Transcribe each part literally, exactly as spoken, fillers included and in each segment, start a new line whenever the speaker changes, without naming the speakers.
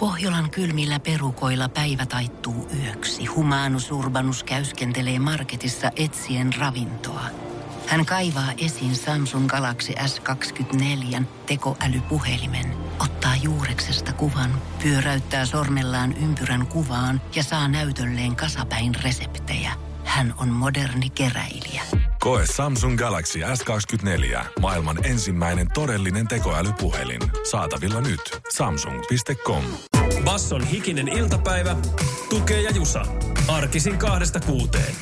Pohjolan kylmillä perukoilla päivä taittuu yöksi. Humanus Urbanus käyskentelee marketissa etsien ravintoa. Hän kaivaa esiin Samsung Galaxy S kaksikymmentäneljä tekoälypuhelimen, ottaa juureksesta kuvan, pyöräyttää sormellaan ympyrän kuvaan ja saa näytölleen kasapäin reseptejä. Hän on moderni keräilijä.
Koe Samsung Galaxy S kaksikymmentäneljä, maailman ensimmäinen todellinen tekoälypuhelin. Saatavilla nyt. samsung piste com.
Basson hikinen iltapäivä. Tukee ja Jusa. Arkisin kahdesta kuuteen.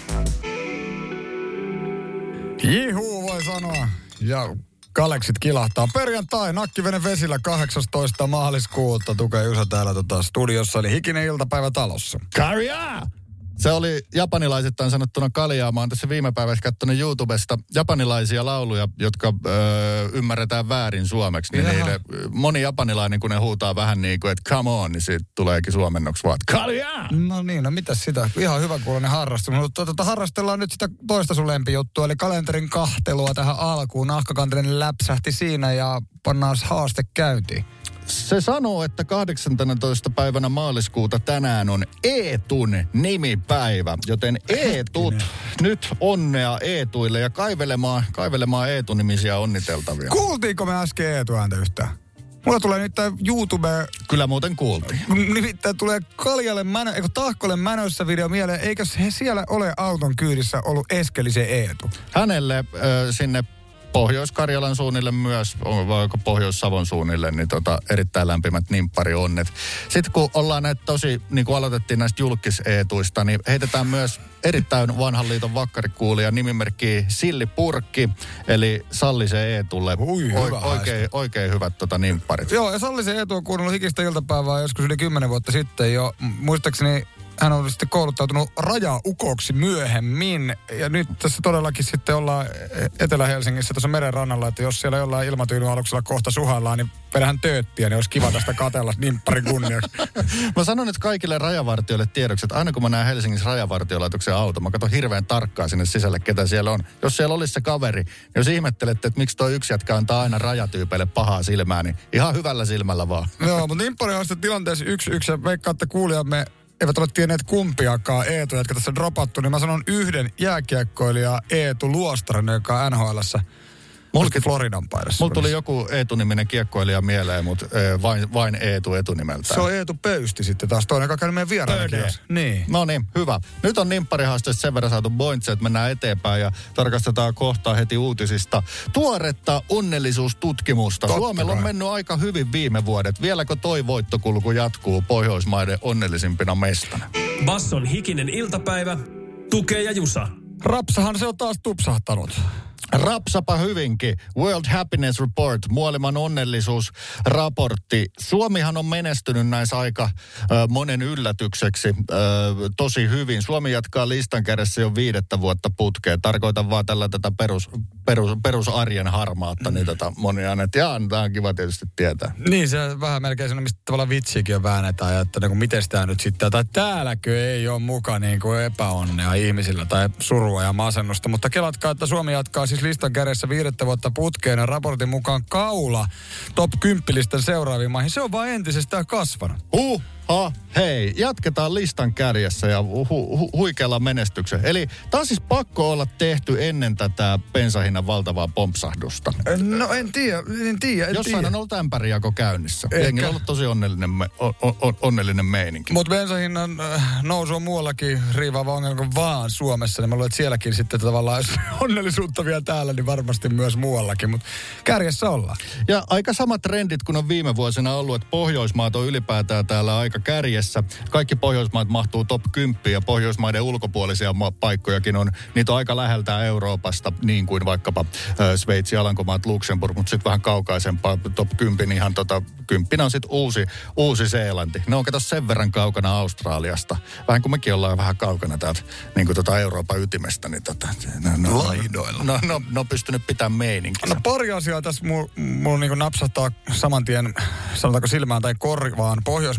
Jihuu voi sanoa. Ja Galexit kilahtaa. Perjantai, Nakkiveden vesillä kahdeksastoista maaliskuuta. Tukee Jusa täällä tota, studiossa. Eli hikinen iltapäivä talossa.
Karjaa! Se oli japanilaisittain sanottuna kaljaa. Mä oon tässä viime päivässä katsonut YouTubesta japanilaisia lauluja, jotka öö, ymmärretään väärin suomeksi. Niin niille, moni japanilainen, kun ne huutaa vähän niin kuin, että come on, niin siitä tuleekin suomennoksi vaan, kaljaa!
No niin, no mitäs sitä? Ihan hyvä kuuloinen harrastus. Mutta tota, harrastellaan nyt sitä toista sun lempijuttua, eli kalenterin kahtelua tähän alkuun. Nahkakantinen läpsähti siinä ja pannaan haaste käyntiin.
Se sanoo, että kahdeksanteentoista päivänä maaliskuuta tänään on Eetun nimipäivä, joten Eetut, nyt onnea Eetuille ja kaivelemaan, kaivelemaan Eetu-nimisiä onniteltavia.
Kuultiinko me äsken Eetu-ääntä yhtään? Mulla tulee nyt tää YouTube...
Kyllä muuten kuultiin.
Nimittäin tulee Kaljalle Mänö, eikö Tahkolle Mänössä video mieleen, eikö he siellä ole auton kyydissä ollut Eskelisen Eetu?
Hänelle äh, sinne Pohjois-Karjalan suunnille myös, vaikka Pohjois-Savon suunnille, niin tota, erittäin lämpimät nimpparionnet. Sitten kun ollaan näitä tosi, niin kuin aloitettiin näistä julkiseetuista, niin heitetään myös erittäin vanhan liiton vakkarikuulija nimimerkki Silli Purkki, eli Sallisen Eetulle.
Ui, hyvä
o- oikein, oikein hyvät tota, nimpparit.
Joo, ja Sallisen Eetu on kuunnellut hikistä iltapäivää joskus yli kymmenen vuotta sitten jo. Muistaakseni hän on sitten kouluttautunut rajaukoksi myöhemmin. Ja nyt tässä todellakin sitten ollaan Etelä-Helsingissä tuossa meren rannalla, että jos siellä jollain ilmatyynyaluksella kohta suhaillaan, niin vedähän tööttiä, niin olisi kiva tästä katsella nimpparin kunniaksi.
Mä sanon nyt kaikille rajavartijoille tiedoksi, että aina kun mä näen Helsingissä rajavartiolaitoksen auto, mä katson hirveän tarkkaan sinne sisälle, ketä siellä on. Jos siellä olisi se kaveri, niin jos ihmettelette, että miksi toi yksi jätkä antaa aina rajatyypeille pahaa silmää, niin ihan hyvällä silmällä vaan.
Joo, mutta nimppari on sitten tilanteessa yksi yksi ja veikkaatte kuulijamme eivät ole tienneet kumpiakaan Eetu, jotka tässä on dropattu, niin mä sanon yhden jääkiekkoilija Eetu Luostarinen, joka on N H L:ssä Mulki Floridan paidassa.
Mulla tuli joku Eetu-niminen kiekkoilija mieleen, mutta e, vain, vain Eetu etunimeltään.
Se on Eetu Pöysti sitten taas toinen, joka käy meidän vieraanakin. Niin.
No niin, hyvä. Nyt on nimpparihaasteessa sen verran saatu pointse, että mennään eteenpäin ja tarkastetaan kohtaa heti uutisista tuoretta onnellisuustutkimusta. Totta Suomella kai on mennyt aika hyvin viime vuodet. Vieläkö toi voittokulku jatkuu Pohjoismaiden onnellisimpina mestana?
Basson hikinen iltapäivä. Tukee ja Jusa.
Rapsahan se on taas tupsahtanut.
Rapsapa hyvinkin. World Happiness Report, maailman onnellisuusraportti. Suomihan on menestynyt näissä aika äh, monen yllätykseksi äh, tosi hyvin. Suomi jatkaa listan kädessä jo viidettä vuotta putkeen. Tarkoitan vaan tällä tätä perus, perus, perusarjen harmautta, niin tota monia että jaa, tämä on kiva tietysti tietää.
Niin, se vähän melkein sellainen, mistä tavallaan vitsiäkin jo väännetään, että niin kuin, miten sitä nyt sitten, tai täälläkö ei ole mukaan niin kuin epäonnea ihmisillä tai surua ja masennusta, mutta kelatkaa, että Suomi jatkaa siis listan kädessä viidettä vuotta putkeen ja raportin mukaan kaula top kymmenen seuraaviin maihin. Se on vaan entisestään kasvanut.
Uh, ha, hei, jatketaan listan kärjessä ja hu- hu- huikealla menestyksellä. Eli tämä on siis pakko olla tehty ennen tätä bensahinnan valtavaa pompsahdusta.
No en tiedä, en tiedä, en
Jossain
tiedä.
on ollut ämpärijako käynnissä.
Ehkä.
Jengillä on ollut tosi onnellinen, me, on, on, onnellinen meininki.
Mutta bensahinnan äh, nousu on muuallakin riivaava ongelma kuin vaan Suomessa. Niin mä luulen, että sielläkin sitten tavallaan, jos onnellisuutta vielä täällä, niin varmasti myös muuallakin. Mutta kärjessä ollaan.
Ja aika samat trendit kuin on viime vuosina ollut, että Pohjoismaat on ylipäätään täällä aika kärjessä. Kaikki Pohjoismaat mahtuu top kymmenen ja Pohjoismaiden ulkopuolisia ma- paikkojakin on. Niitä on aika läheltä Euroopasta, niin kuin vaikkapa äh, Sveitsi, Alankomaat, Luxemburg, mutta sitten vähän kaukaisempaa top kymmenen ihan tota, kymmenen on sitten uusi, Uusi-Seelanti. Ne on kato sen verran kaukana Australiasta. Vähän kuin mekin ollaan vähän kaukana täältä niin kuin tota Euroopan ytimestä. Niin tota, no, no,
Laidoilla.
No, no, no pystynyt pitämään meininkiä.
No pari asiaa tässä mulla mul niin napsahtaa saman tien, sanotaanko silmään tai korvaan Pohjoismaita. Nimittäin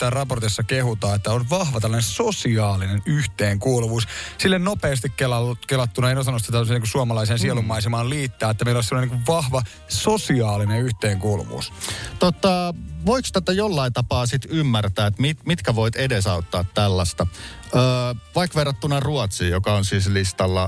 nimittäin raportissa kehutaan, että on vahva tällainen sosiaalinen yhteenkuuluvuus. Sille nopeasti kelattuna, en osannut sitä niin kuin suomalaiseen sielunmaisemaan liittää, että meillä on sellainen niin kuin vahva sosiaalinen yhteenkuuluvuus.
Totta, voiko tätä jollain tapaa sit ymmärtää, että mit, mitkä voit edesauttaa tällaista? Öö, vaikka verrattuna Ruotsiin, joka on siis listalla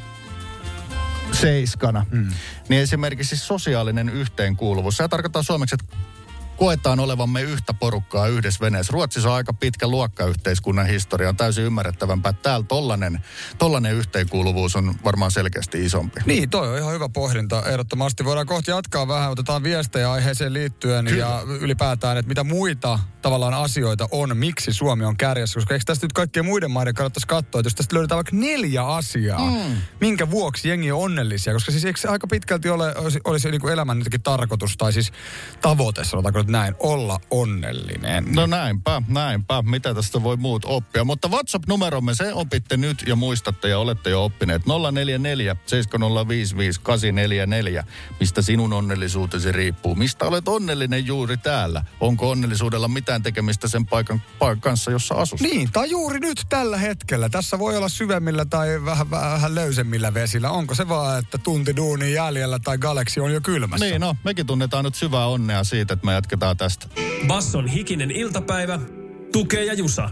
seiskana, mm. niin esimerkiksi sosiaalinen yhteenkuuluvuus. Se tarkoittaa suomeksi, että koetaan olevamme yhtä porukkaa yhdessä veneessä. Ruotsissa on aika pitkä luokkayhteiskunnan historia. On täysin ymmärrettävämpää, että täällä tollainen, tollainen yhteenkuuluvuus on varmaan selkeästi isompi.
Niin, toi on ihan hyvä pohdinta. Ehdottomasti voidaan kohta jatkaa vähän. Otetaan viestejä aiheeseen liittyen. Kyllä. Ja ylipäätään, että mitä muita tavallaan asioita on, miksi Suomi on kärjessä. Koska eikö tästä nyt kaikkien muiden maiden kannattaisi katsoa, että jos tästä löydetään vaikka neljä asiaa, mm. minkä vuoksi jengi on onnellisia. Koska siis eikö se aika pitkälti ole, olisi, olisi niin kuin elämän jotenkin tarkoitus tai siis tavoite, sanotaanko näin, olla onnellinen.
No näinpä, näinpä. Mitä tästä voi muut oppia? Mutta WhatsApp-numeromme, se opitte nyt ja muistatte ja olette jo oppineet. nolla neljä neljä seitsemän nolla viisi viisi kahdeksan neljä neljä. Mistä sinun onnellisuutesi riippuu? Mistä olet onnellinen juuri täällä? Onko onnellisuudella mitään tekemistä sen paikan, paikan kanssa, jossa asut?
Niin, tai juuri nyt tällä hetkellä. Tässä voi olla syvemmillä tai vähän, vähän löysemmillä vesillä. Onko se vaan, että tunti duunin jäljellä tai galaksi on jo kylmässä?
Niin, no, mekin tunnetaan nyt syvää onnea siitä, että me jatketaan tästä.
Basson hikinen iltapäivä, Tukee ja Jusa.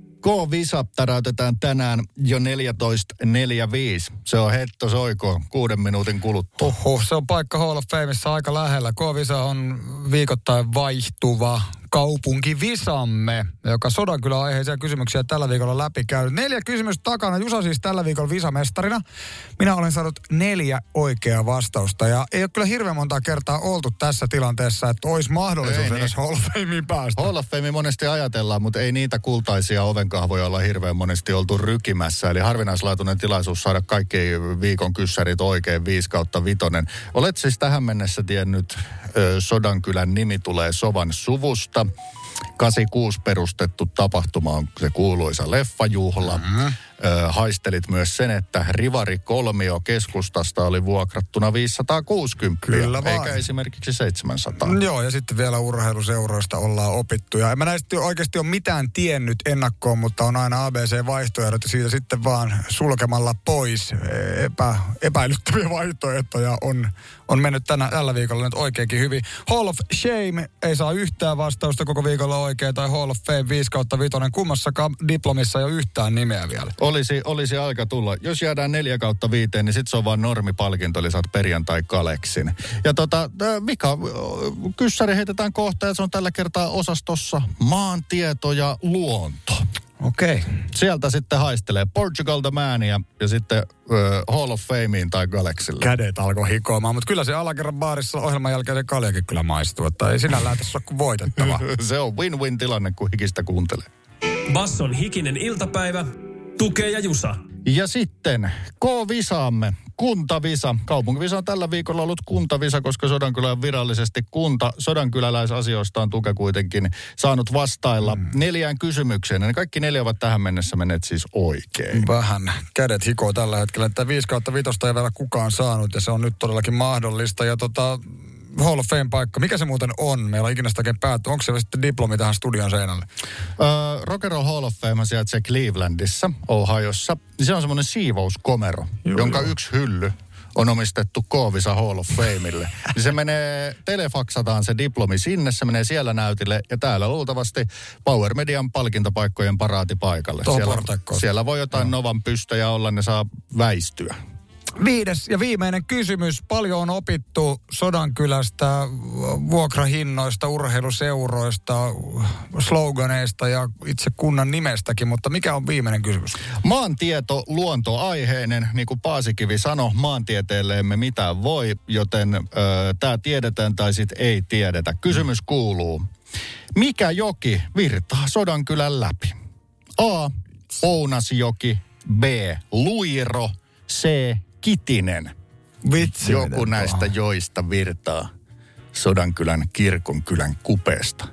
K-visa täräytetään tänään jo neljätoista neljäkymmentäviisi. Se on hetto soiko kuuden minuutin kuluttua.
Oho, se on paikka Hall of Famessa aika lähellä. K-visa on viikoittain vaihtuva kaupunkivisamme, joka Sodankylän aiheisia kysymyksiä tällä viikolla läpikäynyt. Neljä kysymystä takana. Jusa siis tällä viikolla visamestarina. Minä olen saanut neljä oikeaa vastausta ja ei ole kyllä hirveän montaa kertaa oltu tässä tilanteessa, että olisi mahdollisuus ei, edes niin. Hall of Fameen päästä.
Hall of Fame monesti ajatellaan, mutta ei niitä kultaisia ovenkahvoja olla hirveän monesti oltu rykimässä. Eli harvinaislaatuinen tilaisuus saada kaikki viikon kyssärit oikein viisi kautta vitonen. Olet siis tähän mennessä tiennyt, Sodankylän nimi tulee Sovan suvusta. kahdeksankymmentäkuusi perustettu tapahtuma on se kuuluisa leffajuhla. Mm-hmm. Ö, haistelit myös sen, että Rivari Kolmio keskustasta oli vuokrattuna viisisataakuusikymmentä, kyllä eikä esimerkiksi seitsemänsataa.
Joo, ja sitten vielä urheiluseuroista ollaan opittu. Ja en mä näistä oikeasti ole mitään tiennyt ennakkoon, mutta on aina A B C-vaihtoehdot ja siitä sitten vaan sulkemalla pois epä, epäilyttäviä vaihtoehtoja on, on mennyt tänä, tällä viikolla nyt oikeinkin hyvin. Hall of Shame ei saa yhtään vastausta koko viikolla oikein, tai Hall of Fame viisi kautta vitonen. Kummassakaan diplomissa ei ole yhtään nimeä vielä.
Olisi, olisi aika tulla. Jos jäädään neljä kautta viiteen, niin sit se on vaan normipalkinto, eli saat perjantai-kaleksin. Ja tota, vika, kyssäri heitetään kohta, ja se on tällä kertaa osastossa maantieto ja luonto.
Okei. Okay.
Sieltä sitten haistelee Portugal the Mania ja sitten uh, Hall of Fameen tai Galaxylle.
Kädet alkoi hikoamaan, mutta kyllä se alakerran baarissa ohjelman jälkeen se kaljakin kyllä maistuu, että ei sinällään tässä ole kuin voitettava.
Se on win-win tilanne, kun hikistä kuuntelee.
Basson hikinen iltapäivä, Tukee ja Jusa.
Ja sitten K-visaamme, kuntavisa. Kaupunkivisa on tällä viikolla ollut kuntavisa, koska Sodankylä on virallisesti kunta. Sodankyläläisasioista on Tuke kuitenkin saanut vastailla mm. neljään kysymykseen. Ja ne kaikki neljä ovat tähän mennessä menneet siis oikein.
Vähän kädet hikoo tällä hetkellä, että viisi kautta vitosta ei vielä kukaan saanut ja se on nyt todellakin mahdollista. Ja tota, Hall of Fame-paikka, mikä se muuten on? Meillä on ikinä sitä oikein päätty. Onko se sitten diplomi tähän studion seinälle?
Öö, Rock and Roll Hall of Fame sijaitsee Clevelandissa, Ohiossa. Se on semmoinen siivouskomero, Juu, jonka joo. yksi hylly on omistettu K-visa Hall of Fameille. Se menee, telefaksataan se diplomi sinne, se menee siellä näytille ja täällä luultavasti Power Median palkintopaikkojen paraatipaikalle. Siellä, siellä voi jotain no. Novan pystejä olla, ne saa väistyä.
Viides ja viimeinen kysymys. Paljon on opittu Sodankylästä, vuokrahinnoista, urheiluseuroista, sloganeista ja itse kunnan nimestäkin, mutta mikä on viimeinen kysymys?
Maantieto luontoaiheinen, niin kuin Paasikivi sanoi, maantieteelle emme mitään voi, joten tämä tiedetään tai sitten ei tiedetä. Kysymys kuuluu, mikä joki virtaa Sodankylän läpi? A. Ounasjoki, B. Luiro, C. Kitinen.
Vitsi.
Joku näistä joista virtaa Sodankylän kirkonkylän kupeesta.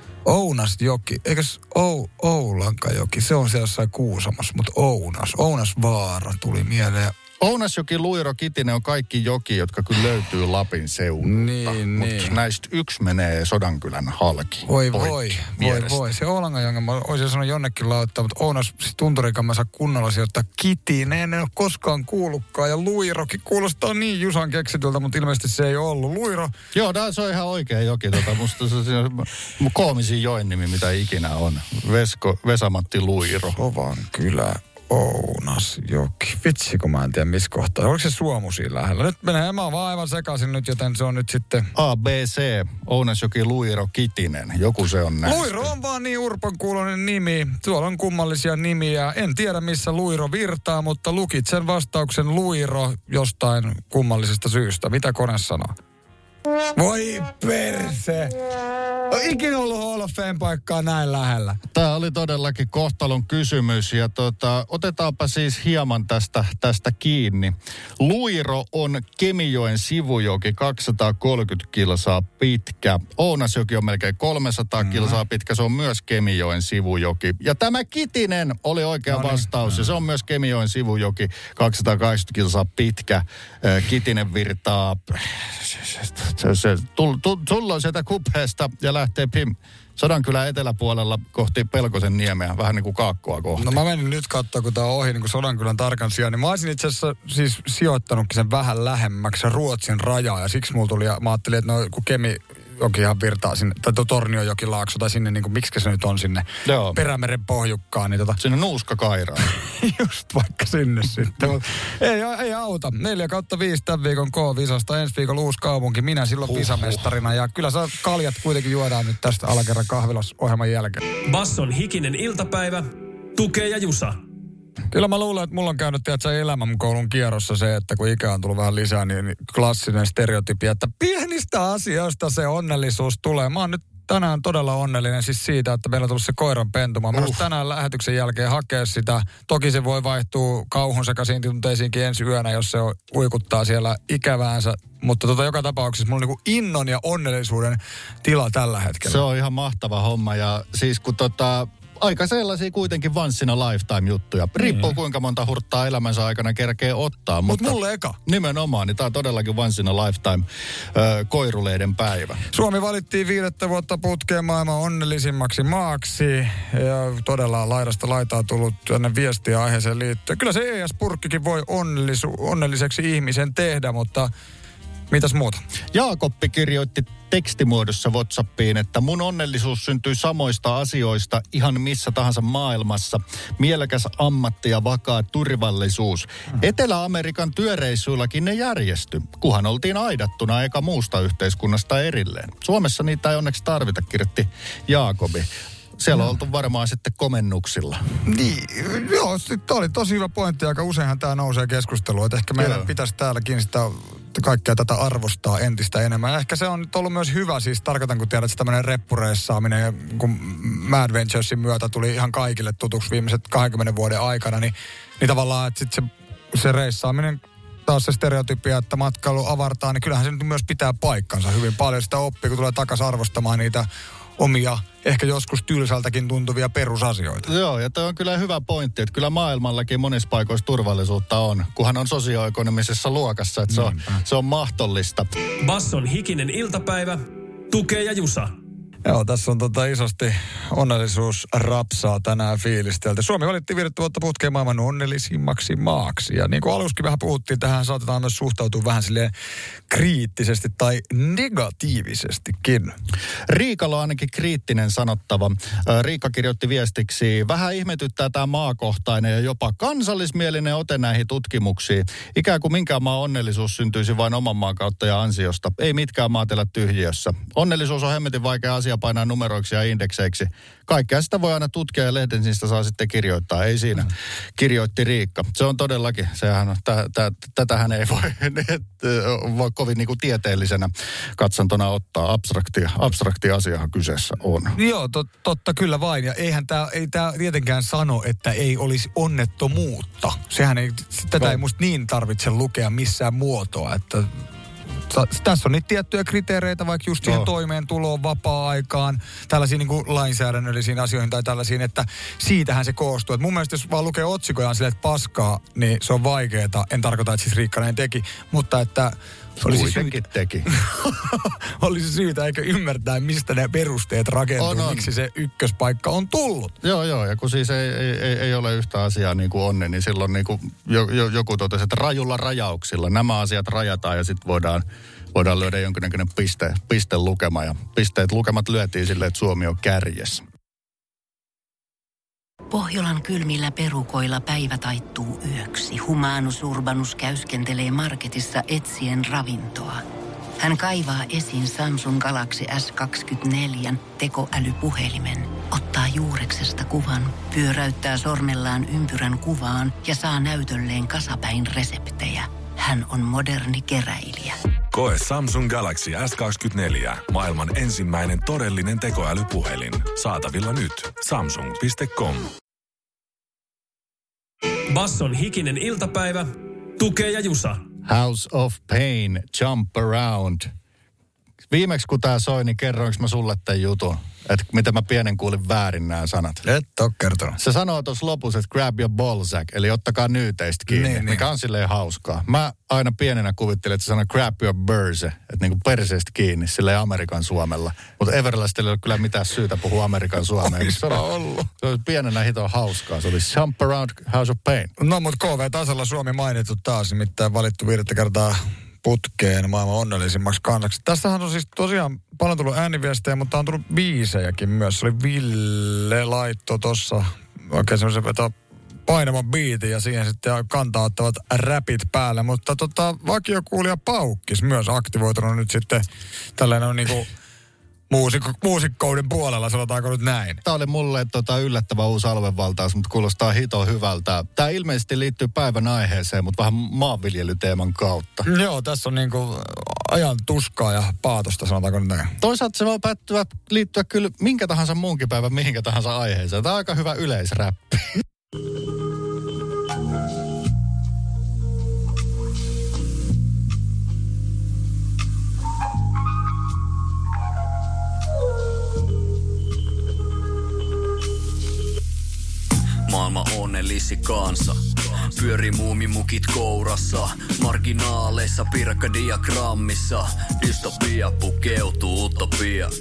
Ounasjoki, eikös Ou, Oulankajoki, se on siellä jossain Kuusamossa, mutta Ounas, Ounasvaara tuli mieleen.
Ounasjoki, Luiro, Kitinen on kaikki joki, jotka kyllä löytyy Lapin seudulta.
Niin,
Mutta
niin.
näistä yksi menee Sodankylän halki.
Voi voi, voi voi. Se Oulanganjongen, mä olisin sanonut jonnekin laittaa, mutta Ounas tunturikan mä saa kunnolla sijoittaa Kitinen. En ole koskaan kuullutkaan. Ja Luirokin kuulostaa niin Jusan keksityltä, mutta ilmeisesti se ei ollut. Luiro.
Joo, se on ihan oikea joki. Tota, musta se on koomisin joen nimi, mitä ikinä on. Vesko, Vesamatti Luiro.
Sodankylä. Ounasjoki. Vitsi, kun mä en tiedä missä kohtaa. Oliko se Suomu siinä lähellä? Nyt menee, mä oon vaan aivan sekaisin nyt, joten se on nyt sitten...
A, B, C, Ounasjoki, Luiro, Kitinen. Joku se on näistä.
Luiro on vaan niin urpan kuuloinen nimi. Tuolla on kummallisia nimiä. En tiedä missä Luiro virtaa, mutta lukit sen vastauksen Luiro jostain kummallisesta syystä. Mitä kone sanoo? Voi perse! On ikinä ollut Hall of Fame paikkaa näin lähellä.
Tämä oli todellakin kohtalon kysymys ja tota, otetaanpa siis hieman tästä, tästä kiinni. Luiro on Kemijoen sivujoki, kaksisataakolmekymmentä kilsaa pitkä. Ounasjoki on melkein kolmesataa mm. kilsaa pitkä, se on myös Kemijoen sivujoki. Ja tämä Kitinen oli oikea no niin. vastaus ja se on myös Kemijoen sivujoki, kaksisataakahdeksankymmentä kilsaa pitkä. Kitinen virtaa, se, se, tulloin sieltä kupeesta ja lähtee pim Sodankylän eteläpuolella kohti Pelkosen niemeä, vähän niin kuin Kaakkoa kohti.
No mä menin nyt katsoa, kun tää on ohi niin kuin Sodankylän tarkan sijaan, niin mä olisin itse asiassa siis sijoittanutkin sen vähän lähemmäksi Ruotsin rajaa, ja siksi mulla tuli, ja mä ajattelin, että no kun Kemijokihan virtaa sinne, tai tuo Tornionjokilaakso, tai sinne niin kuin, miksi se nyt on sinne Joo. Perämeren pohjukkaan, niin tota...
Sinne Nuuska-Kairaan.
Just vaikka sinne sitten. ei, ei auta. Neljä kautta viisi tämän viikon K-visasta. Ensi viikolla uusi kaupunki. Minä silloin uh-huh. visamestarina. Ja kyllä saa kaljat kuitenkin juodaan nyt tästä alakerran kahvilas ohjelman jälkeen.
Basson hikinen iltapäivä. Tukee ja Jusa.
Kyllä mä luulen, että mulla on käynyt tiedätkö, elämänkoulun kierrossa se, että kun ikä on tullut vähän lisää, niin klassinen stereotypia, että pienistä asioista se onnellisuus tulee. Mä oon nyt tänään todella onnellinen siis siitä, että meillä on tullut se koiran pentuma. Mä uh. tänään lähetyksen jälkeen hakea sitä. Toki se voi vaihtua kauhun sekaisin tunteisiinkin ensi yönä, jos se uikuttaa siellä ikäväänsä. Mutta tota, joka tapauksessa mulla on niinku innon ja onnellisuuden tila tällä hetkellä.
Se on ihan mahtava homma ja siis kun tota... Aika sellaisia kuitenkin once in a lifetime juttuja. Riippuu mm. kuinka monta hurttaa elämänsä aikana kerkee ottaa.
Mut mutta mulle eka.
Nimenomaan, niin tää on todellakin once in a lifetime ö, koiruleiden päivä.
Suomi valittiin viidettä vuotta putkeen maailman onnellisimmaksi maaksi. Ja todella laidasta laitaa tullut tänne viestiä aiheeseen liittyen. Kyllä se E S-purkkikin voi onnellisu, onnelliseksi ihmisen tehdä, mutta mitäs muuta?
Jaakoppi kirjoitti tekstimuodossa WhatsAppiin, että mun onnellisuus syntyy samoista asioista ihan missä tahansa maailmassa. Mielekäs ammatti ja vakaa turvallisuus. Etelä-Amerikan työreissuillakin ne järjesty, kuhan oltiin aidattuna eikä muusta yhteiskunnasta erilleen. Suomessa niitä ei onneksi tarvita, kirjoitti Jaakobi. Siellä on oltu varmaan sitten komennuksilla.
Niin, joo, tämä oli tosi hyvä pointti. Aika useinhan tämä nousee keskusteluun, että ehkä meidän joo. pitäisi täälläkin sitä kaikkea tätä arvostaa entistä enemmän. Ehkä se on nyt ollut myös hyvä, siis tarkoitan, kun tiedät, että tämmöinen reppureissaaminen, ja kun Mad Venturesin myötä tuli ihan kaikille tutuksi viimeiset kahdenkymmenen vuoden aikana, niin, niin tavallaan, että sitten se, se reissaaminen, taas se stereotypia, että matkailu avartaa, niin kyllähän se nyt myös pitää paikkansa hyvin paljon. Sitä oppii, kun tulee takaisin arvostamaan niitä omia, ehkä joskus tylsältäkin tuntuvia perusasioita.
Joo, ja toi on kyllä hyvä pointti, että kyllä maailmallakin monissa paikoissa turvallisuutta on, kunhan on sosioekonomisessa luokassa, että se on, se on mahdollista.
Basson hikinen iltapäivä, Tukee ja Jusa.
Joo, tässä on tota isosti onnellisuus rapsaa tänään fiilistelty. Suomi valittiin viidettä vuotta putkeen maailman onnellisimmaksi maaksi. Ja niin kuin aluskin vähän puhuttiin, tähän saatetaan myös suhtautua vähän silleen kriittisesti tai negatiivisestikin.
Riikalla on ainakin kriittinen sanottava. Riikka kirjoitti viestiksi, vähän ihmetyttää tämä maakohtainen ja jopa kansallismielinen ote näihin tutkimuksiin. Ikään kuin minkään maan onnellisuus syntyisi vain oman maan kautta ja ansiosta. Ei mitkään maat elä tyhjiössä. Onnellisuus on hemmetin vaikea asia painaa numeroiksi ja indekseiksi. Kaikkea sitä voi aina tutkia ja lehden niistä saa sitten kirjoittaa. Ei siinä, mm. kirjoitti Riikka. Se on todellakin, sehän on, tä, tä, tätähän ei voi, voi kovin niin kuin tieteellisenä katsantona ottaa. Abstrakti, abstrakti asiahan kyseessä on.
Joo, tot, totta kyllä vain. Ja eihän tämä ei tää tietenkään sano, että ei olisi onnettomuutta. Sehän ei, tätä no. ei musta niin tarvitse lukea missään muotoa, että tässä on niitä tiettyjä kriteereitä, vaikka just siihen
no.
toimeentuloon, vapaa-aikaan, tällaisiin niin kuin lainsäädännöllisiin asioihin tai tällaisiin, että siitähän se koostuu. Et mun mielestä jos vaan lukee otsikojaan silleen, että paskaa, niin se on vaikeeta. En tarkoita, että siis Riikka näin teki, mutta että olisi syytä,
teki.
olisi syytä eikä ymmärtää, mistä ne perusteet rakentuu, on, on. miksi se ykköspaikka on tullut.
Joo, joo, ja kun siis ei, ei, ei, ei ole yhtä asiaa niin kuin onni, niin silloin niin kuin jo, jo, joku totesi, että rajulla rajauksilla nämä asiat rajataan ja sitten voidaan, voidaan lyödä jonkinnäköinen piste, piste lukema. Ja pisteet lukemat lyötiin silleen, että Suomi on kärjessä.
Pohjolan kylmillä perukoilla päivä taittuu yöksi. Humanus Urbanus käyskentelee marketissa etsien ravintoa. Hän kaivaa esiin Samsung Galaxy S kaksikymmentäneljä tekoälypuhelimen, ottaa juureksesta kuvan, pyöräyttää sormellaan ympyrän kuvaan ja saa näytölleen kasapäin reseptejä. Hän on moderni keräilijä.
Koe Samsung Galaxy S kaksikymmentäneljä. Maailman ensimmäinen todellinen tekoälypuhelin. Saatavilla nyt. samsung piste com.
Basson hikinen iltapäivä. Tukee ja Jusa.
House of Pain, Jump Around. Viimeksi kun tää soi, niin kerroinko mä sulle tämän jutun? Että miten mä pienen kuulin väärin nämä sanat.
Et oo kertonut.
Se sanoo tuossa lopussa, että grab your ballsack, eli ottakaa nyyteistä kiinni, niin, mikä niin. on silleen hauskaa. Mä aina pienenä kuvittelin, että se sanoo grab your burse, että niinku perseestä kiinni, silleen Amerikan suomella. Mutta Everlastilla ei ole kyllä mitään syytä puhua Amerikan suomea.
Oispa ollut.
Se olisi pienenä hitoa hauskaa. Se oli Jump Around, House of Pain.
No mut K V-tasolla Suomi mainittu taas, nimittäin valittu viidettä kertaa putkeen maailman onnellisimmaksi kansaksi. Tässähän on siis tosiaan paljon tullut ääniviestejä, mutta on tullut biisejäkin myös. Se oli Ville laitto tossa oikein semmoisen veto painavan biitin ja siihen sitten kantaa ottavat räpit päälle. Mutta tota, vakiokuulija Paukkis myös aktivoitunut nyt sitten tällainen on niinku Muusikko, muusikkouden puolella, sanotaanko nyt näin?
Tämä oli mulle tota, yllättävä uusi aluevaltaus, mutta kuulostaa hito hyvältä. Tämä ilmeisesti liittyy päivän aiheeseen, mutta vähän maanviljelyteeman kautta.
Joo, tässä on niinku ajan tuskaa ja paatosta, sanotaanko nyt näin.
Toisaalta se voi päättyä, liittyä kyllä minkä tahansa muunkin päivän, mihinkä tahansa aiheeseen. Tämä on aika hyvä yleisräppi.
Maailman onnellisi kansa. Pyöri muumimukit kourassa. Marginaaleissa pirkkadiagrammissa. Dystopia pukeutuu utopiaksi.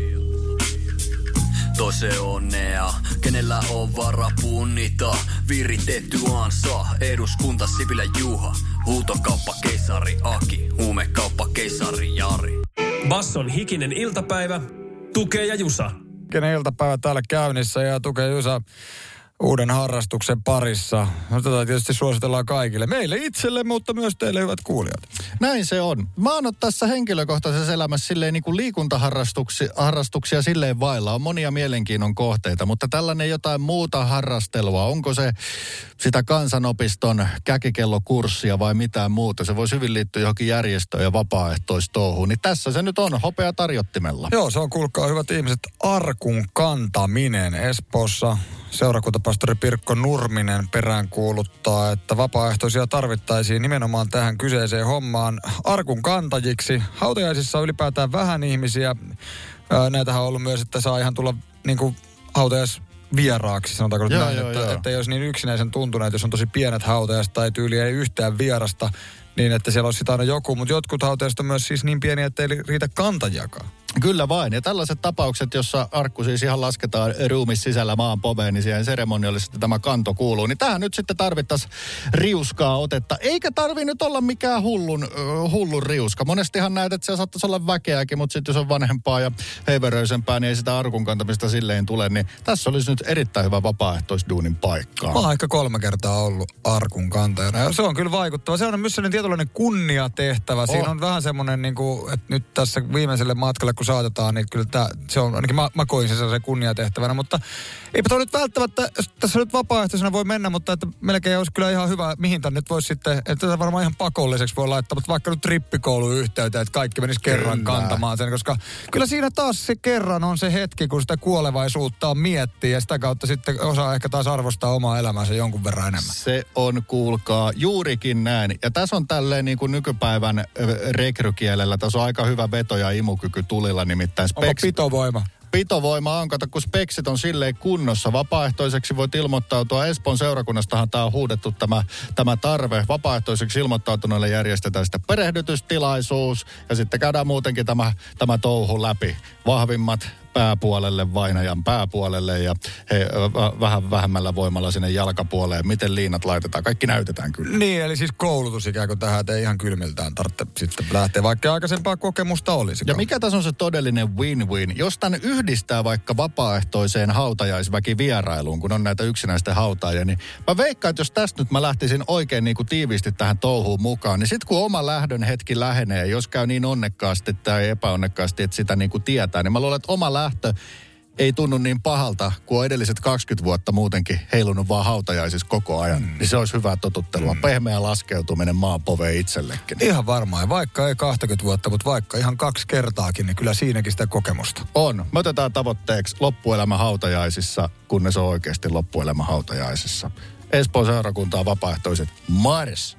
Toise onnea, kenellä on vara punnita. Viritetty ansa, eduskunta Sipilä Juha. Huutokauppa keisari Aki, huumekauppa keisari Jari.
Basson hikinen iltapäivä. Tukee ja Jusa.
Hikinen iltapäivä täällä käynnissä ja Tukee Jusa uuden harrastuksen parissa. Tätä tietysti suositellaan kaikille. Meille itselle, mutta myös teille hyvät kuulijat.
Näin se on. Mä oon tässä henkilökohtaisessa elämässä silleen niin kuin liikuntaharrastuksia harrastuksia silleen vailla. On monia mielenkiinnon kohteita, mutta tällainen jotain muuta harrastelua. Onko se sitä kansanopiston käkikellokurssia vai mitään muuta? Se voisi hyvin liittyä johonkin järjestöön ja vapaaehtoistouhuun. Niin tässä se nyt on, hopea tarjottimella.
Joo, se on, kuulkaa hyvät ihmiset, arkun kantaminen Espoossa. Seurakuntapastori Pirkko Nurminen peräänkuuluttaa, että vapaaehtoisia tarvittaisiin nimenomaan tähän kyseiseen hommaan arkun kantajiksi. Hautajaisissa on ylipäätään vähän ihmisiä. Näitähän on ollut myös, että saa ihan tulla niin kuin hautajais vieraaksi, sanotaanko joo, näin, joo, että, joo. että ei olisi niin yksinäisen tuntuneet, jos on tosi pienet hautajaiset tai tyyli ei yhtään vierasta, niin että siellä olisi sitä aina joku, mutta jotkut hautajaiset on myös siis niin pieniä, että ei riitä kantajakaan.
Kyllä vain. Ja tällaiset tapaukset, jossa arkku siis ihan lasketaan ruumis sisällä maan poveen, niin siihen seremoniallisesti tämä kanto kuuluu. Niin tähän nyt sitten tarvittaisiin riuskaa otetta. Eikä tarvi nyt olla mikään hullun, uh, hullun riuska. Monestihan näet, että se saattaisi olla väkeäkin, mutta sitten jos on vanhempaa ja heiveröisempää, niin ei sitä arkun kantamista silleen tule. Niin tässä olisi nyt erittäin hyvä vapaaehtoisduunin paikkaa.
Mä oon ehkä kolme kertaa ollut arkun kantajana. Ja se on kyllä vaikuttava. Se on myös sellainen tietynlainen kunniatehtävä. Siinä oh. on vähän semmoinen, niin kuin, että nyt tässä viimeiselle matkalle, kun kun saatetaan, niin kyllä tää, se on, ainakin mä, mä koin sen sellaisen kunniatehtävänä, mutta eipä toi nyt välttämättä, tässä nyt vapaaehtoisena voi mennä, mutta että melkein olisi kyllä ihan hyvä, mihin tänne nyt voisi sitten, että tätä varmaan ihan pakolliseksi voi laittaa, mutta vaikka nyt rippikoulun yhteyteen, että kaikki menisi kerran kyllä kantamaan sen, koska kyllä siinä taas se kerran on se hetki, kun sitä kuolevaisuutta miettii ja sitä kautta sitten osaa ehkä taas arvostaa omaa elämäänsä jonkun verran enemmän.
Se on, kuulkaa, juurikin näin. Ja tässä on tälleen niin kuin nykypäivän rekrykielellä, tässä on aika hyvä veto ja imukyky tulilla, nimittäin speks...
Onko pitovoima?
Pitovoima on, kato, kun speksit on silleen kunnossa. Vapaaehtoiseksi voit ilmoittautua. Espoon seurakunnastahan tämä on huudettu tämä, tämä tarve. Vapaaehtoiseksi ilmoittautuneille järjestetään sitten perehdytystilaisuus. Ja sitten käydään muutenkin tämä, tämä touhu läpi. Vahvimmat pääpuolelle, vainajan pääpuolelle ja he, vähän vähemmällä voimalla sinne jalkapuoleen. Miten liinat laitetaan. Kaikki näytetään kyllä.
Niin, eli siis koulutus ikään kuin tähän, että ei ihan kylmiltään tarvitse sitten lähteä, vaikka aikaisempaa kokemusta olisi.
Ja mikä tässä on se todellinen win-win? Jos tänne yhdistää vaikka vapaaehtoiseen hautajaisväkivierailuun, kun on näitä yksinäisten hautaajia, niin mä veikkaan, että jos tästä nyt mä lähtisin oikein niin kuin tiiviisti tähän touhuun mukaan, niin sitten kun oma lähdön hetki lähenee, jos käy niin onnekkaasti tai epäonnekkaasti, että sitä niin kuin tietää, niin mä luulen, että oma lähtö ei tunnu niin pahalta, kun on edelliset kaksikymmentä vuotta muutenkin heilunut vaan hautajaisissa koko ajan. Mm. Niin se olisi hyvää totuttelua. Mm. Pehmeä laskeutuminen maapoveen itsellekin.
Ihan varmaan. Vaikka ei kaksikymmentä vuotta, mutta vaikka ihan kaksi kertaakin, niin kyllä siinäkin sitä kokemusta.
On. Me otetaan tavoitteeksi loppuelämä hautajaisissa, kunnes on oikeasti loppuelämä hautajaisissa. Espoon seurakuntaa vapaaehtoiset Mars.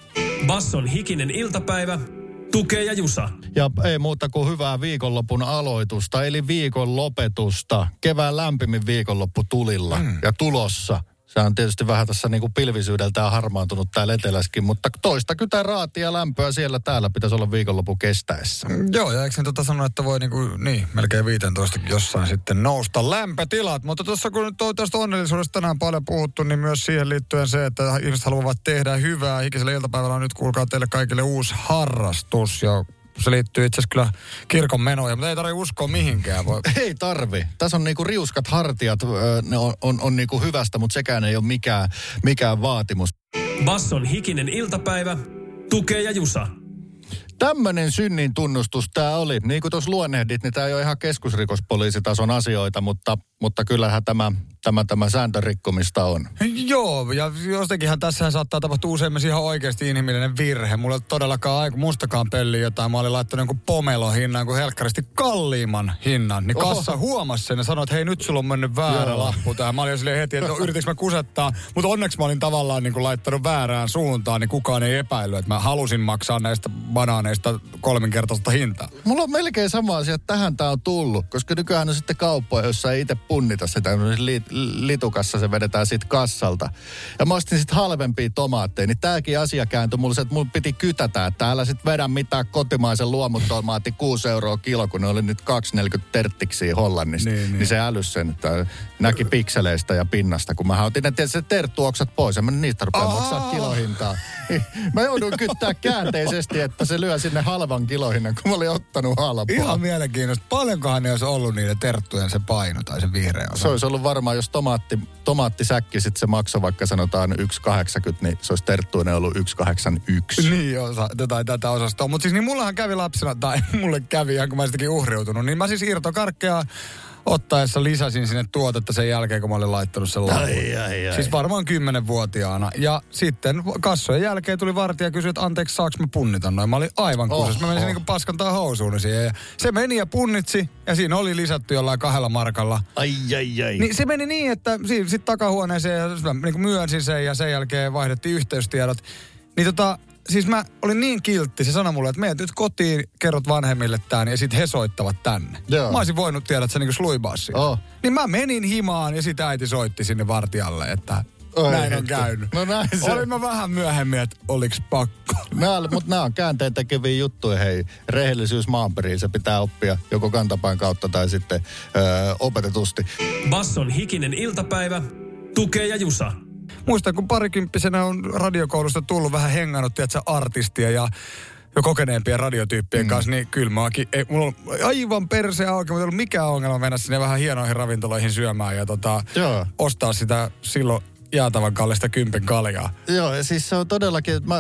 Basson hikinen iltapäivä. Tukee ja Jusa.
Ja ei muuta kuin hyvää viikonlopun aloitusta, eli viikon lopetusta. Kevään lämpimin viikonloppu tulilla mm. ja tulossa. Se on tietysti vähän tässä niin kuin pilvisyydeltään harmaantunut täällä eteläskin, mutta toista kytä raatia lämpöä siellä täällä pitäisi olla viikonloppu kestäessä.
Mm, joo, ja eikö ne tota sanoa, että voi niin kuin, niin, melkein viisitoista jossain sitten nousta lämpötilat. Mutta tuossa kun nyt on tästä onnellisuudesta tänään paljon puhuttu, niin myös siihen liittyen se, että ihmiset haluavat tehdä hyvää. Hikisellä iltapäivällä on nyt, kuulkaa, teille kaikille uusi harrastus ja se liittyy itse asiassa kyllä kirkon menoihin, mutta ei tarvitse uskoa mihinkään. Voi.
Ei tarvi. Tässä on niinku riuskat hartiat, ne on, on, on niinku hyvästä, mutta sekään ei ole mikään, mikään vaatimus.
Basson hikinen iltapäivä. Tukee ja Jusa.
Tämmöinen synnin tunnustus tämä oli. Niin kuin tuossa luonnehdit, niin tämä ei ole ihan keskusrikospoliisitason asioita, mutta, mutta kyllähän tämä, tämä, tämä sääntörikkomista on.
Joo, ja jostakinhan tässä saattaa tapahtua useimmin ihan oikeasti inhimillinen virhe. Mulla ei todellakaan aiku mustakaan pelli jotain. Mä olin laittanut jonkun pomelohinnan, kuin helkkaristi kalliimman hinnan. Niin kassa Oho. huomasi sen ja sanoi, että hei, nyt sulla on mennyt väärä Joo. lappu tähän. Mä olin silleen heti, että no, yritikö mä kusettaa. Mutta onneksi mä olin tavallaan niin kuin laittanut väärään suuntaan, niin kukaan ei epäillyt, että mä halusin maksaa näistä banaaneista kolminkertaista hintaa.
Mulla on melkein sama asia, että tähän tää on tullut. Koska nykyään on sitten kauppoja, jossa ei itse punnita sitä. Lit, litukassa se vedetään siitä kassalta. Ja mä ostin sitten halvempia tomaatteja. Niin tääkin asia kääntyi mulle se, että mun piti kytätä. Että älä sit vedä mitään kotimaisen luomutomaatti kuusi euroa kilo, kun ne oli nyt kaksi neljäkymmentä terttiksiä Hollannista. Niin, niin. niin se älys sen, että näki pikseleistä ja pinnasta. Kun mä otin, että se terttuoksat pois. Ja mä niistä rupean maksaa kilohintaa. Mä joudun kyttää käänteisesti, että se lyö sinne halvan kilohinnan, kun mä olin ottanut halpaa.
Ihan mielenkiintoista. Paljonkohan ne olisi ollut niiden terttujen se paino tai se vihreä osa?
Se olisi ollut varmaan, jos tomaatti, tomaattisäkki sitten se maksoi vaikka sanotaan yksi kahdeksankymmentä, niin se olisi terttuinen ollut yksi kahdeksankymmentäyksi.
Niin, osa, tätä, tätä osastoa. Mutta siis niin mullahan kävi lapsena, tai mulle kävi ihan kun mä sitäkin uhriutunut, niin mä siis irtokarkkeja ottaessa lisäsin sinne tuotetta sen jälkeen, kun mä olin laittanut sen lapun.
Ai, ai, ai.
Siis varmaan kymmenvuotiaana. Ja sitten kassojen jälkeen tuli vartija ja kysyi, että anteeksi, saaks mä punnita noin. Mä olin aivan kusessa. Mä menisin niin kuin paskantaa housuun siihen. Ja se meni ja punnitsi, ja siinä oli lisätty jollain kahdella markalla.
Ai, ai, ai.
Niin se meni niin, että sitten takahuoneeseen ja mä niin myönsin sen, ja sen jälkeen vaihdettiin yhteystiedot. Niin tota... Siis mä olin niin kiltti, se sanoi mulle, että meet nyt kotiin, kerrot vanhemmille tän ja sit he soittavat tänne. Joo. Mä olisin voinut tiedä, että se niinku sluibaa siitä. Oh. Niin mä menin himaan ja sit äiti soitti sinne vartijalle, että Oi näin on käynyt.
No näin se.
Olin mä vähän myöhemmin, että oliks pakko.
Mutta nämä on käänteen tekeviä juttuja, hei. Rehellisyys maanperiin, se pitää oppia joko kantapain kautta tai sitten öö, opetetusti.
Basson hikinen iltapäivä, Tukee ja Jusa.
Muistan, kun parikymppisenä on radiokoulusta tullut vähän hengannut, tiedätkö, artistia ja jo kokeneempien radiotyyppien mm. kanssa, niin kyllä mäkin, ei, mulla on aivan perse auki, mutta ei ollut mikään ongelma mennä sinne vähän hienoihin ravintoloihin syömään ja tota, ostaa sitä silloin jäätävän kallista kympin kaljaa.
Joo, ja siis se on todellakin, että mä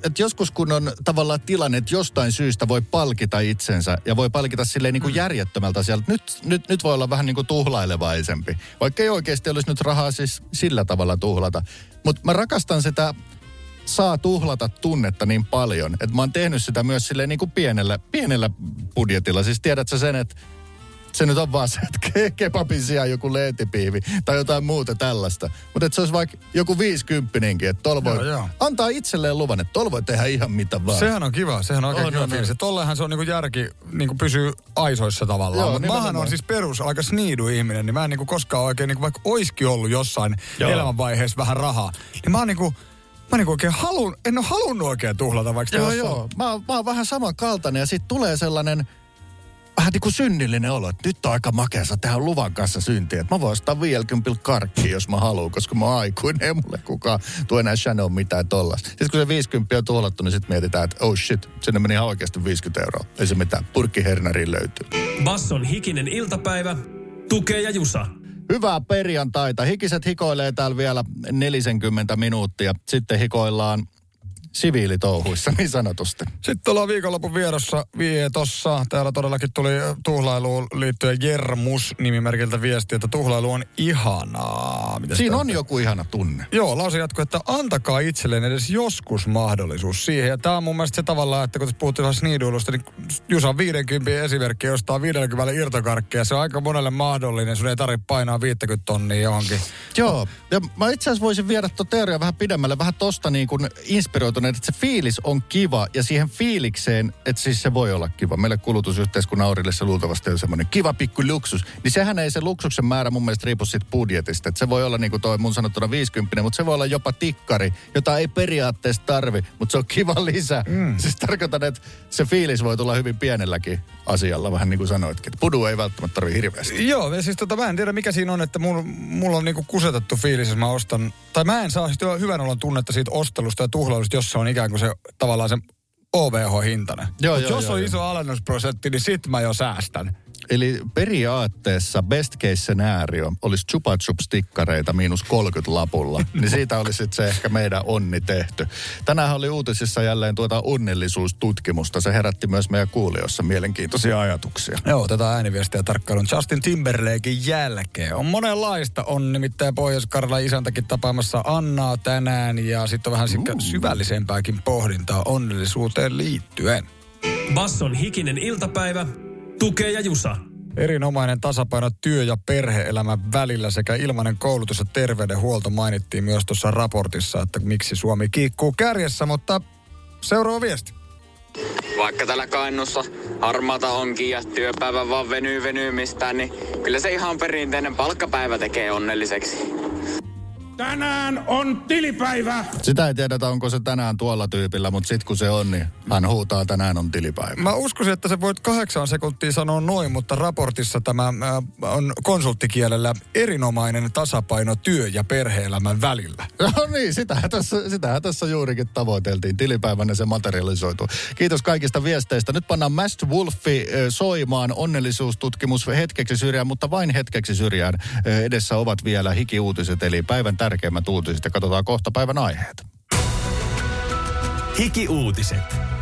että joskus kun on tavallaan tilanne, että jostain syystä voi palkita itsensä ja voi palkita silleen niin kuin järjettömältä asialta. Nyt, nyt, nyt voi olla vähän niin kuin tuhlailevaisempi. Vaikka ei oikeasti olisi nyt rahaa siis sillä tavalla tuhlata. Mutta mä rakastan sitä saa tuhlata tunnetta niin paljon, että mä oon tehnyt sitä myös silleen niin kuin pienellä, pienellä budjetilla. Siis tiedät sä sen, että se nyt on vaan se, että kebabin sijaan joku leetipiivi tai jotain muuta tällaista. Mutta että se olisi vaikka joku viisikymppinenkin, että tuolla voi joo, joo. antaa itselleen luvan, että tuolla voi tehdä ihan mitä vaan.
Sehän on kiva, sehän on oikein on, kiva fiilis. Tollehan se on niinku järki, niinku pysyy aisoissa tavallaan. Mutta mähän on siis perus aika sniidu ihminen, niin mä en niinku koskaan oikein, niinku vaikka oiskin ollut jossain joo. elämänvaiheessa vähän rahaa, niin mä oon niinku... Mä niinku oikein halun, en ole halunnut oikein tuhlata, vaikka
joo, joo. Mä, mä oon vähän samankaltainen ja sit tulee sellainen vähän niin kuin synnillinen olo, että nyt on aika makeassa tehdä luvan kanssa syntiä. Että mä voin ostaa viisikymmentä karkkiin, jos mä haluan, koska mä oon aikuinen. Ei mulle kukaan tuo enää sanoa mitään tollasta. Sitten kun se viisikymmentä on tuhlattu, niin sitten mietitään, että oh shit, sinne meni ihan oikeasti viisikymmentä euroa. Ei se mitään, purkkihernariin löytyy.
Basson hikinen iltapäivä, Tukee ja Jusa.
Hyvää perjantaita. Hikiset hikoilee täällä vielä neljäkymmentä minuuttia. Sitten hikoillaan siviilitouhuissa, niin sanotusti.
Sitten ollaan viikonlopun vierossa vietossa. Täällä todellakin tuli tuhlailuun liittyen Jermus-nimimerkiltä viesti, että tuhlailu on ihanaa. Mitäs
Siinä on joku ihana tunne.
Joo, lause jatkuu, että antakaa itselleen edes joskus mahdollisuus siihen. Ja tää on mun mielestä se tavallaan, että kun tässä puhuttiin vähän sniiduilusta, niin Jusa viidenkymmenen esimerkki ostaa viidenkymmenen irtokarkkeja. Se on aika monelle mahdollinen. Sun ei tarvitse painaa viisikymmentä tonnia johonkin.
Joo, ja mä itse asiassa voisin viedä tuon teoriaa vähän pidemmälle, vähän tosta niin kuin inspiroitunut, että se fiilis on kiva ja siihen fiilikseen, että siis se voi olla kiva. Meille kulutusyhteiskunnan aurille se luultavasti on semmoinen kiva pikku luksus. Niin sehän ei se luksuksen määrä mun mielestä riipu siitä budjetista. Että se voi olla niin kuin toi mun sanottuna viisikymmentä, mutta se voi olla jopa tikkari, jota ei periaatteessa tarvi, mutta se on kiva lisä. Mm. Siis tarkoitan, että se fiilis voi tulla hyvin pienelläkin asialla, vähän niin kuin sanoitkin. Että pudu ei välttämättä tarvi hirveästi.
Joo, ja siis tota, mä en tiedä mikä siinä on, että mulla, mulla on niinku kusetettu fiilis, jos mä ostan, tai mä en saa sitten hyvän olon tunnetta siitä ostelusta ja tuhlailusta, jos se on ikään kuin se tavallaan se O V H-hintainen.
Joo,
joo, jos
joo,
on
joo.
iso alennusprosentti, niin sit mä jo säästän.
Eli periaatteessa best case scenario olisi chupa chups-tikkareita miinus kolmekymmentä lapulla. Niin siitä olisi sitten se ehkä meidän onni tehty. Tänään oli uutisissa jälleen tuota onnellisuustutkimusta. Se herätti myös meidän kuulijoissa mielenkiintoisia ajatuksia.
Joo, otetaan ääniviestiä tarkkailun Justin Timberlaken jälkeen. On monenlaista. On nimittäin Pohjois-Karjalan isäntäkin tapaamassa Annaa tänään. Ja sitten on vähän uh. syvällisempääkin pohdintaa onnellisuuteen liittyen.
Basson hikinen iltapäivä, Tukee ja Jusa.
Erinomainen tasapaino työ- ja perhe-elämän välillä sekä ilmainen koulutus ja terveydenhuolto mainittiin myös tuossa raportissa, että miksi Suomi kiikkuu kärjessä, mutta seuraava viesti.
Vaikka täällä Kainuussa harmaata onkin ja työpäivä vaan venyy venymistään, niin kyllä se ihan perinteinen palkkapäivä tekee onnelliseksi.
Tänään on tilipäivä!
Sitä ei tiedetä, onko se tänään tuolla tyypillä, mutta sit kun se on, niin hän huutaa, tänään on tilipäivä.
Mä uskoisin, että se voit kahdeksan sekuntia sanoa noin, mutta raportissa tämä äh, on konsulttikielellä erinomainen tasapaino työ- ja perhe-elämän välillä.
No niin, sitähän tässä, sitähän tässä juurikin tavoiteltiin. Tilipäivänä se materialisoituu. Kiitos kaikista viesteistä. Nyt pannaan Masked Wolfi soimaan onnellisuustutkimus hetkeksi syrjään, mutta vain hetkeksi syrjään. Edessä ovat vielä hikiuutiset, eli päivän tärkeimmät uutiset ja katsotaan kohta päivän aiheet.
Hiki-uutiset.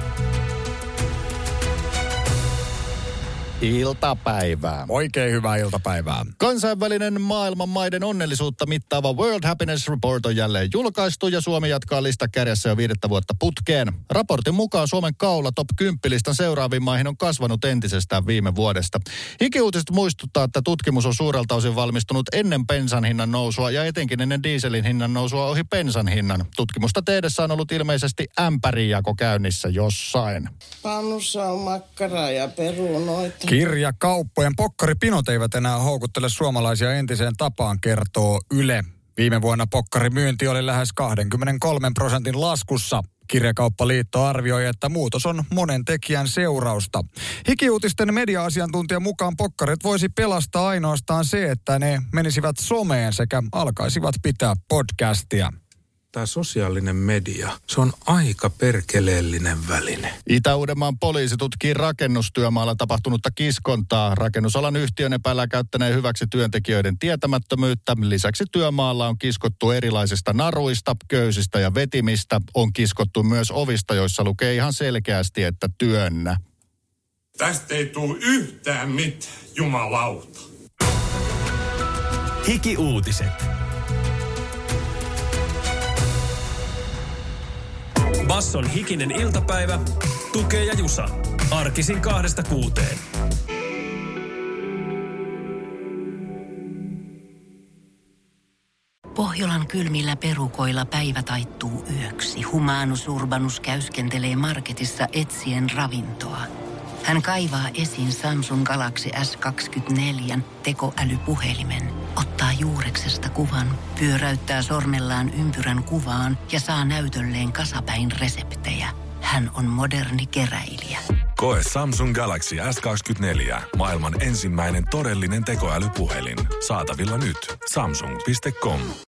Iltapäivää.
Oikein hyvää iltapäivää.
Kansainvälinen maailman maiden onnellisuutta mittaava World Happiness Report on jälleen julkaistu ja Suomi jatkaa listakärjessä jo viidettä vuotta putkeen. Raportin mukaan Suomen kaula top kymmenen-listan seuraaviin maihin on kasvanut entisestään viime vuodesta. Hikiuutiset muistuttaa, että tutkimus on suurelta osin valmistunut ennen bensan hinnan nousua ja etenkin ennen dieselin hinnan nousua ohi bensan hinnan. Tutkimusta tehdessä on ollut ilmeisesti ämpärijako käynnissä jossain.
Pannussa on makkaraa ja perunoita.
Kirjakauppojen pokkaripinot eivät enää houkuttele suomalaisia entiseen tapaan, kertoo Yle. Viime vuonna pokkarimyynti oli lähes kaksikymmentäkolme prosentin laskussa. Kirjakauppaliitto arvioi, että muutos on monen tekijän seurausta. Hikiuutisten media-asiantuntijan mukaan pokkarit voisi pelastaa ainoastaan se, että ne menisivät someen sekä alkaisivat pitää podcastia.
tämä sosiaalinen media, se on aika perkeleellinen väline.
Itä-Uudenmaan poliisi tutkii rakennustyömaalla tapahtunutta kiskontaa. Rakennusalan yhtiön epäillään käyttäneen hyväksi työntekijöiden tietämättömyyttä. Lisäksi työmaalla on kiskottu erilaisista naruista, köysistä ja vetimistä. On kiskottu myös ovista, joissa lukee ihan selkeästi, että työnnä.
Tästä ei tule yhtään mitään, jumalauta.
Hiki-uutiset. Basson hikinen iltapäivä, Tukee ja Jusa. Arkisin kahdesta kuuteen.
Pohjolan kylmillä perukoilla päivä taittuu yöksi. Humanus Urbanus käyskentelee marketissa etsien ravintoa. Hän kaivaa esiin Samsung Galaxy S kaksikymmentäneljä tekoälypuhelimen, ottaa juureksesta kuvan, pyöräyttää sormellaan ympyrän kuvaan ja saa näytölleen kasapäin reseptejä. Hän on moderni keräilijä.
Koe Samsung Galaxy S kaksikymmentäneljä, maailman ensimmäinen todellinen tekoälypuhelin. Saatavilla nyt. Samsung piste com.